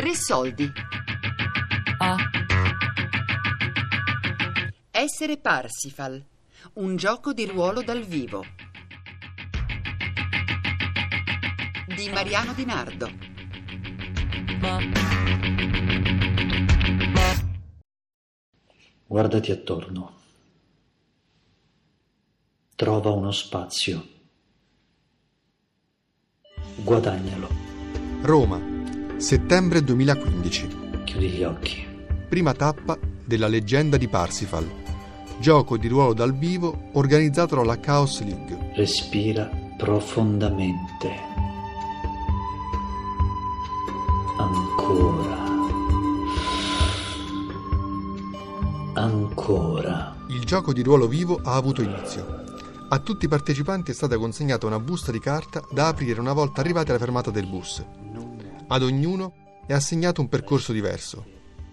3 soldi. A. Essere Parsifal, un gioco di ruolo dal vivo. Di Mariano Di Nardo. Guardati attorno. Trova uno spazio. Guadagnalo. Roma, settembre 2015. Chiudi gli occhi. Prima tappa della leggenda di Parsifal, gioco di ruolo dal vivo organizzato dalla Chaos League. Respira profondamente. Ancora. Il gioco di ruolo vivo ha avuto inizio. A tutti i partecipanti è stata consegnata una busta di carta da aprire una volta arrivati alla fermata del bus. Ad ognuno è assegnato un percorso diverso.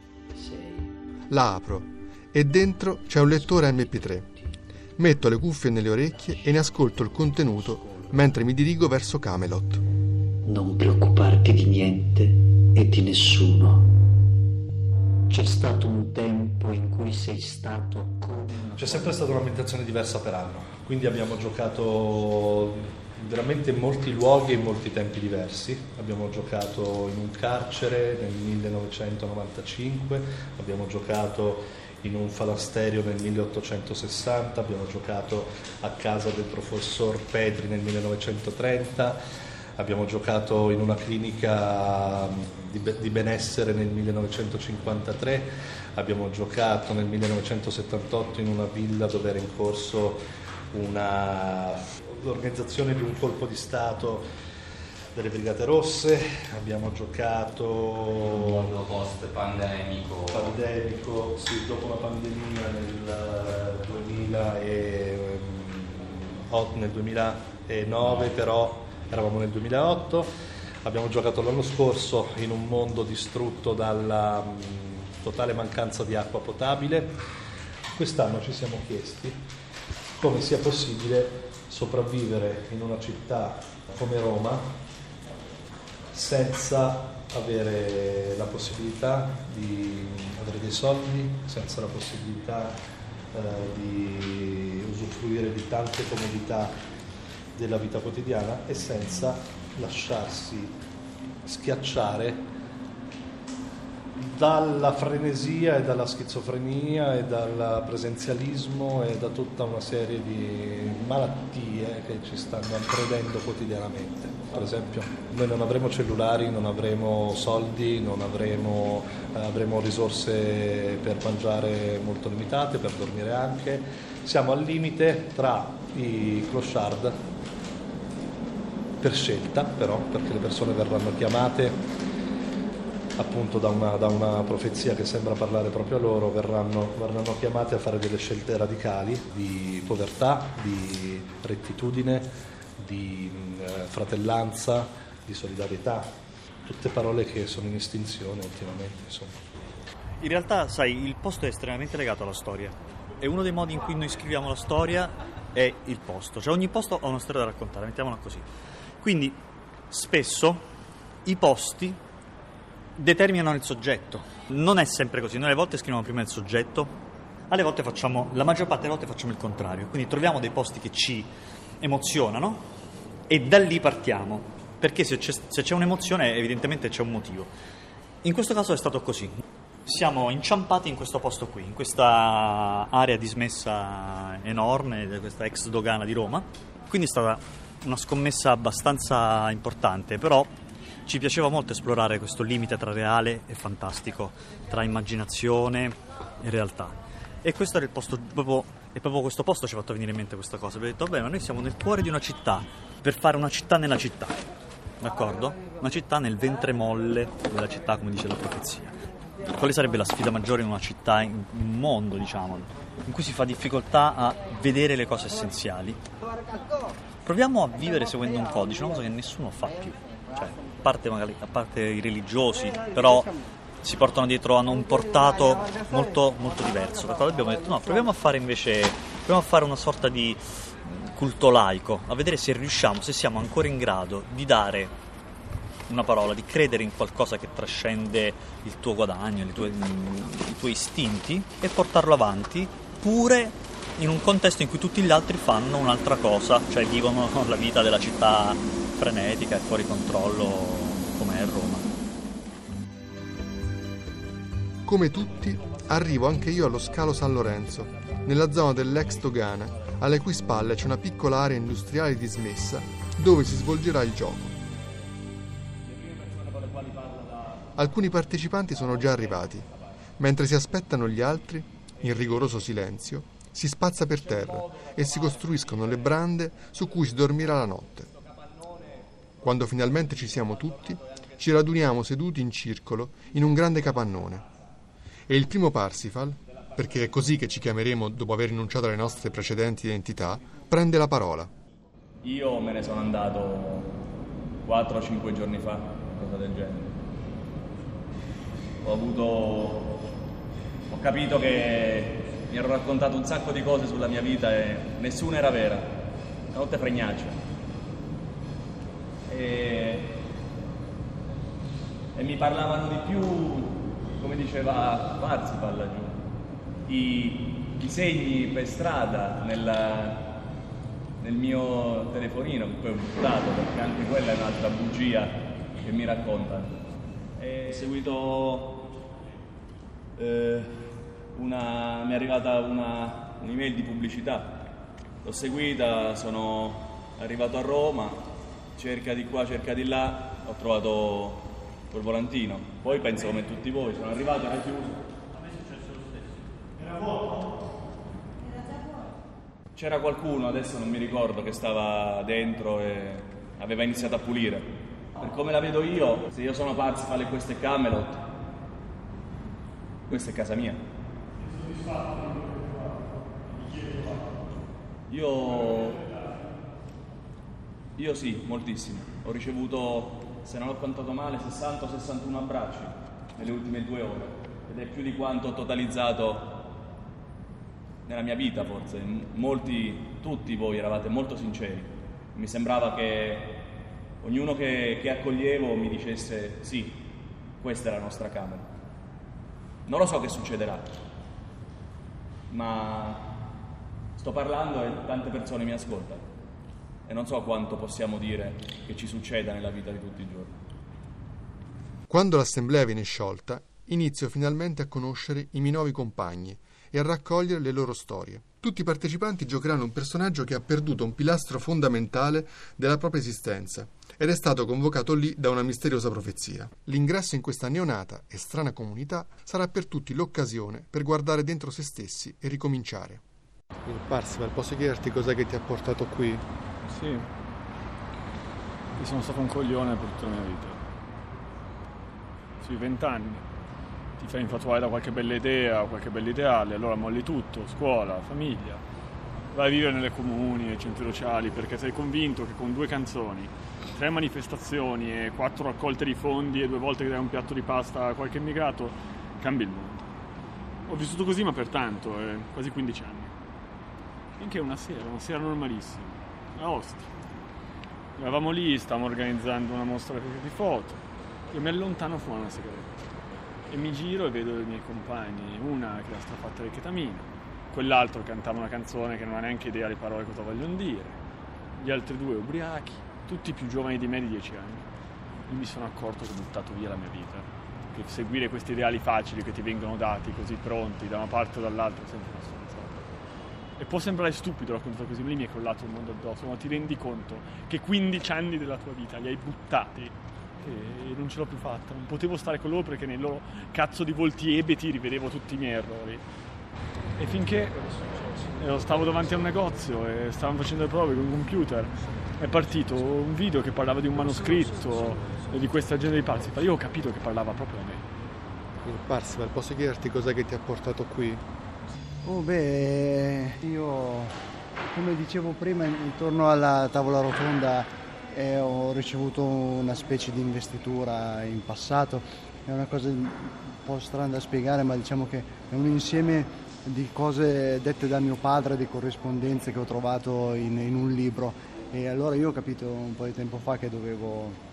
La apro e dentro c'è un lettore MP3. Metto le cuffie nelle orecchie e ne ascolto il contenuto mentre mi dirigo verso Camelot. Non preoccuparti di niente e di nessuno. C'è stato un tempo in cui sei stato come... C'è sempre stata un'ambientazione diversa per anno, quindi abbiamo giocato veramente in molti luoghi e in molti tempi diversi. Abbiamo giocato in un carcere nel 1995, abbiamo giocato in un falasterio nel 1860, abbiamo giocato a casa del professor Petri nel 1930, abbiamo giocato in una clinica di benessere nel 1953, abbiamo giocato nel 1978 in una villa dove era in corso l'organizzazione di un colpo di Stato delle Brigate Rosse, abbiamo giocato mondo post-pandemico, sì, dopo la pandemia nel 2009, però eravamo nel 2008, abbiamo giocato l'anno scorso in un mondo distrutto dalla totale mancanza di acqua potabile. Quest'anno ci siamo chiesti come sia possibile sopravvivere in una città come Roma senza avere la possibilità di avere dei soldi, senza la possibilità di usufruire di tante comodità della vita quotidiana e senza lasciarsi schiacciare dalla frenesia e dalla schizofrenia e dal presenzialismo e da tutta una serie di malattie che ci stanno aggredendo quotidianamente. Per esempio, noi non avremo cellulari, non avremo soldi, avremo risorse per mangiare molto limitate, per dormire anche. Siamo al limite tra i clochard, per scelta però, perché le persone verranno chiamate appunto da una profezia che sembra parlare proprio a loro, verranno chiamate a fare delle scelte radicali di povertà, di rettitudine, di fratellanza, di solidarietà, tutte parole che sono in estinzione ultimamente, insomma. In realtà, sai, il posto è estremamente legato alla storia e uno dei modi in cui noi scriviamo la storia è il posto, cioè ogni posto ha una storia da raccontare, mettiamola così. Quindi spesso i posti determinano il soggetto. Non è sempre così, noi alle volte scriviamo prima il soggetto, alle volte la maggior parte delle volte facciamo il contrario, quindi troviamo dei posti che ci emozionano e da lì partiamo, perché se c'è un'emozione evidentemente c'è un motivo. In questo caso è stato così. Siamo inciampati in questo posto qui, in questa area dismessa enorme, questa ex dogana di Roma, quindi è stata una scommessa abbastanza importante, però ci piaceva molto esplorare questo limite tra reale e fantastico, tra immaginazione e realtà. E questo era il posto, e proprio questo posto ci ha fatto venire in mente questa cosa. Abbiamo detto, vabbè, ma noi siamo nel cuore di una città, per fare una città nella città, d'accordo? Una città nel ventre molle della città, come dice la profezia. Quale sarebbe la sfida maggiore in una città, in un mondo, diciamo, in cui si fa difficoltà a vedere le cose essenziali? Proviamo a vivere seguendo un codice, una cosa che nessuno fa più. Cioè, a parte i religiosi, però si portano dietro, hanno un portato molto, molto diverso. Da cosa abbiamo detto, no, proviamo a fare una sorta di culto laico, a vedere se riusciamo, se siamo ancora in grado di dare una parola, di credere in qualcosa che trascende il tuo guadagno, i tuoi istinti, e portarlo avanti pure in un contesto in cui tutti gli altri fanno un'altra cosa, cioè vivono la vita della città frenetica e fuori controllo come è Roma. Come tutti, arrivo anche io allo scalo San Lorenzo, nella zona dell'ex dogana, alle cui spalle c'è una piccola area industriale dismessa dove si svolgerà il gioco. Alcuni partecipanti sono già arrivati. Mentre si aspettano gli altri, in rigoroso silenzio, si spazza per terra e si costruiscono le brande su cui si dormirà la notte. Quando finalmente ci siamo tutti, ci raduniamo seduti in circolo in un grande capannone. E il primo Parsifal, perché è così che ci chiameremo dopo aver rinunciato alle nostre precedenti identità, prende la parola. Io me ne sono andato 4 o 5 giorni fa, cosa del genere. Ho capito che mi ero raccontato un sacco di cose sulla mia vita e nessuna era vera, una notte fregnaccia. E mi parlavano di più, come diceva Parsifal laggiù, i segni per strada nel mio telefonino, che poi ho buttato perché anche quella è un'altra bugia che mi raccontano. E ho seguito mi è arrivata un'email di pubblicità, l'ho seguita, sono arrivato a Roma, cerca di qua, cerca di là, ho trovato quel volantino, poi penso come tutti voi, sono arrivato, era chiuso. A me è successo lo stesso. Era vuoto? Era già vuoto. C'era qualcuno, adesso non mi ricordo, che stava dentro e aveva iniziato a pulire. Per come la vedo io, se io sono Parsifal e questo è Camelot, questa è casa mia. Io sì, moltissimo. Ho ricevuto, se non ho contato male, 60 o 61 abbracci nelle ultime 2 ore ed è più di quanto ho totalizzato nella mia vita, forse. Tutti voi eravate molto sinceri. Mi sembrava che ognuno che accoglievo mi dicesse sì, questa è la nostra camera. Non lo so che succederà, ma sto parlando e tante persone mi ascoltano e non so quanto possiamo dire che ci succeda nella vita di tutti i giorni. Quando l'assemblea viene sciolta, inizio finalmente a conoscere i miei nuovi compagni e a raccogliere le loro storie. Tutti i partecipanti giocheranno un personaggio che ha perduto un pilastro fondamentale della propria esistenza ed è stato convocato lì da una misteriosa profezia. L'ingresso in questa neonata e strana comunità sarà per tutti l'occasione per guardare dentro se stessi e ricominciare. Il Parsifal, posso chiederti cos'è che ti ha portato qui? Sì, io sono stato un coglione per tutta la mia vita. Sui 20 anni ti fai infatuare da qualche bella idea, qualche bello ideale, allora molli tutto, scuola, famiglia, vai a vivere nelle comuni, nei centri sociali, perché sei convinto che con 2 canzoni, 3 manifestazioni e 4 raccolte di fondi e 2 volte che dai un piatto di pasta a qualche immigrato, cambi il mondo. Ho vissuto così ma per tanto, quasi 15 anni. Finché una sera normalissima, a Ostia. Eravamo lì, stavamo organizzando una mostra di foto, io mi allontano, fumo una sigaretta e mi giro e vedo i miei compagni, una che era strafatta di chetamina, quell'altro cantava una canzone che non ha neanche idea di parole cosa vogliono dire, gli altri 2 ubriachi, tutti più giovani di me di 10 anni. Io mi sono accorto che ho buttato via la mia vita, che seguire questi ideali facili che ti vengono dati così pronti da una parte o dall'altra è sempre una stronzata. E può sembrare stupido raccontato così, lì mi è crollato il mondo addosso, ma ti rendi conto che 15 anni della tua vita li hai buttati e non ce l'ho più fatta, non potevo stare con loro perché nei loro cazzo di volti ebeti rivedevo tutti i miei errori. E finché stavo davanti a un negozio e stavamo facendo le prove con un computer, è partito un video che parlava di un manoscritto di questa gente di Parsifal. Io ho capito che parlava proprio a me. Il Parsifal, posso chiederti cos'è che ti ha portato qui? Io, come dicevo prima, intorno alla tavola rotonda ho ricevuto una specie di investitura in passato. È una cosa un po' strana da spiegare, ma diciamo che è un insieme di cose dette da mio padre, di corrispondenze che ho trovato in un libro. E allora io ho capito un po' di tempo fa che dovevo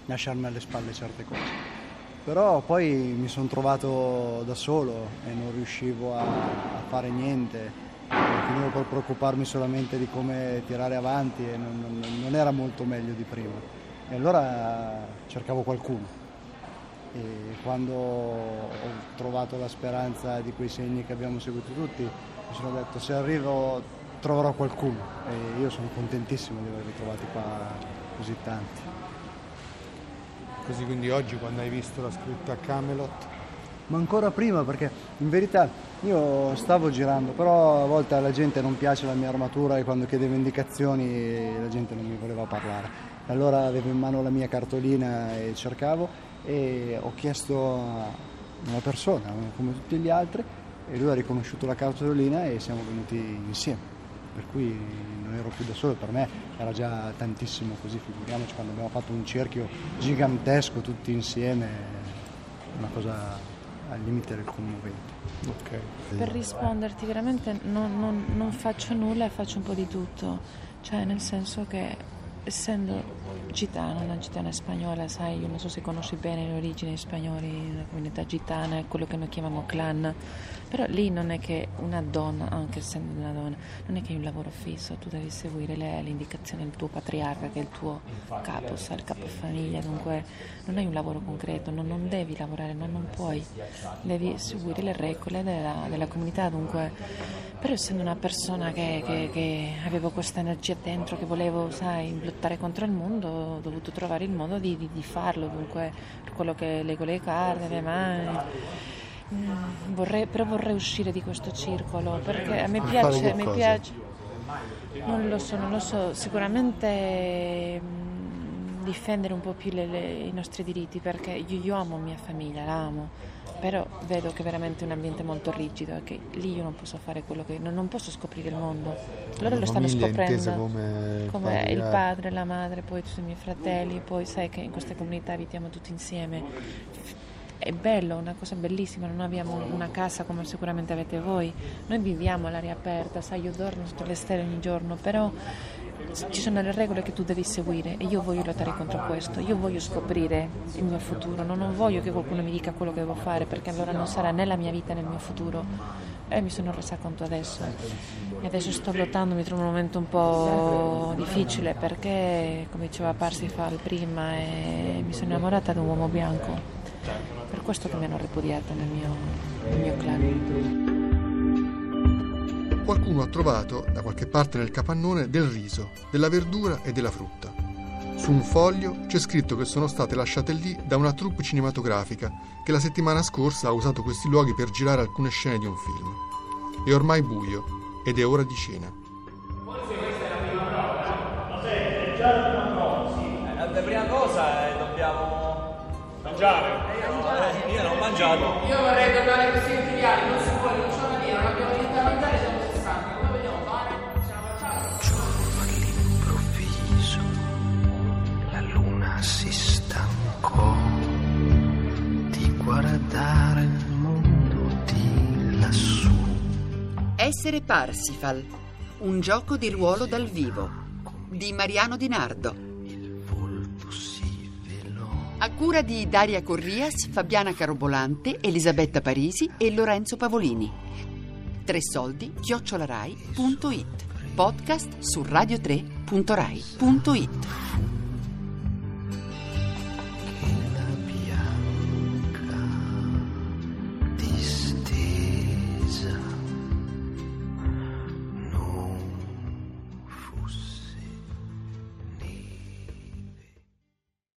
lasciarmi alle spalle certe cose. Però poi mi sono trovato da solo e non riuscivo a fare niente, finivo per preoccuparmi solamente di come tirare avanti e non era molto meglio di prima. E allora cercavo qualcuno e quando ho trovato la speranza di quei segni che abbiamo seguito tutti, mi sono detto: se arrivo troverò qualcuno, e io sono contentissimo di averli trovati qua così tanti. Così, quindi oggi quando hai visto la scritta Camelot? Ma ancora prima, perché in verità io stavo girando, però a volte alla gente non piace la mia armatura e quando chiedevo indicazioni la gente non mi voleva parlare. Allora avevo in mano la mia cartolina e cercavo, e ho chiesto a una persona come tutti gli altri e lui ha riconosciuto la cartolina e siamo venuti insieme. Per cui non ero più da solo, per me era già tantissimo così, figuriamoci quando abbiamo fatto un cerchio gigantesco tutti insieme, una cosa al limite del commovente. Okay. Per risponderti veramente non faccio nulla e faccio un po' di tutto, cioè nel senso che essendo gitana, una gitana spagnola, sai, io non so se conosci bene le origini spagnole, la comunità gitana è quello che noi chiamiamo clan, però lì non è che una donna, anche essendo una donna, non è che hai un lavoro fisso, tu devi seguire le indicazioni del tuo patriarca, che è il tuo capo, il capofamiglia, dunque non hai un lavoro concreto, non devi lavorare, non puoi, devi seguire le regole della comunità, dunque, però essendo una persona che avevo questa energia dentro, che volevo, sai, lottare contro il mondo, ho dovuto trovare il modo di farlo, dunque per quello che leggo le carte, le mani. Vorrei uscire di questo circolo, perché a me piace, non lo so, sicuramente difendere un po' più i nostri diritti, perché io amo mia famiglia, la amo, però vedo che è veramente un ambiente molto rigido e che lì io non posso fare quello che non posso scoprire il mondo. Loro lo stanno scoprendo come il padre, la madre, poi tutti i miei fratelli, poi sai che in questa comunità abitiamo tutti insieme. È bello, una cosa bellissima, non abbiamo una casa come sicuramente avete voi, noi viviamo all'aria aperta, sai, io dormo sotto le stelle ogni giorno, però ci sono le regole che tu devi seguire e io voglio lottare contro questo, io voglio scoprire il mio futuro, non voglio che qualcuno mi dica quello che devo fare, perché allora non sarà né la mia vita né il mio futuro, e mi sono resa conto adesso, e adesso sto lottando, mi trovo un momento un po' difficile, perché come diceva Parsifal prima, mi sono innamorata di un uomo bianco, per questo che mi hanno ripudiata nel mio clan. Qualcuno ha trovato da qualche parte nel capannone del riso, della verdura e della frutta. Su un foglio c'è scritto che sono state lasciate lì da una troupe cinematografica che la settimana scorsa ha usato questi luoghi per girare alcune scene di un film. È ormai buio ed è ora di cena. La prima cosa dobbiamo mangiare. Io non ho mangiato. Io vorrei tornare questi filiali, non si può, non c'è una via, non abbiamo niente da mangiare, siamo stanchi. Come vogliamo fare? Ce la facciamo? Un giorno all'improvviso la luna si stancò di guardare il mondo di lassù. Essere Parsifal, un gioco di ruolo dal vivo, di Mariano Di Nardo. A cura di Daria Corrias, Fabiana Carobolante, Elisabetta Parisi e Lorenzo Pavolini. 3soldi@rai.it. Podcast su radio3.rai.it.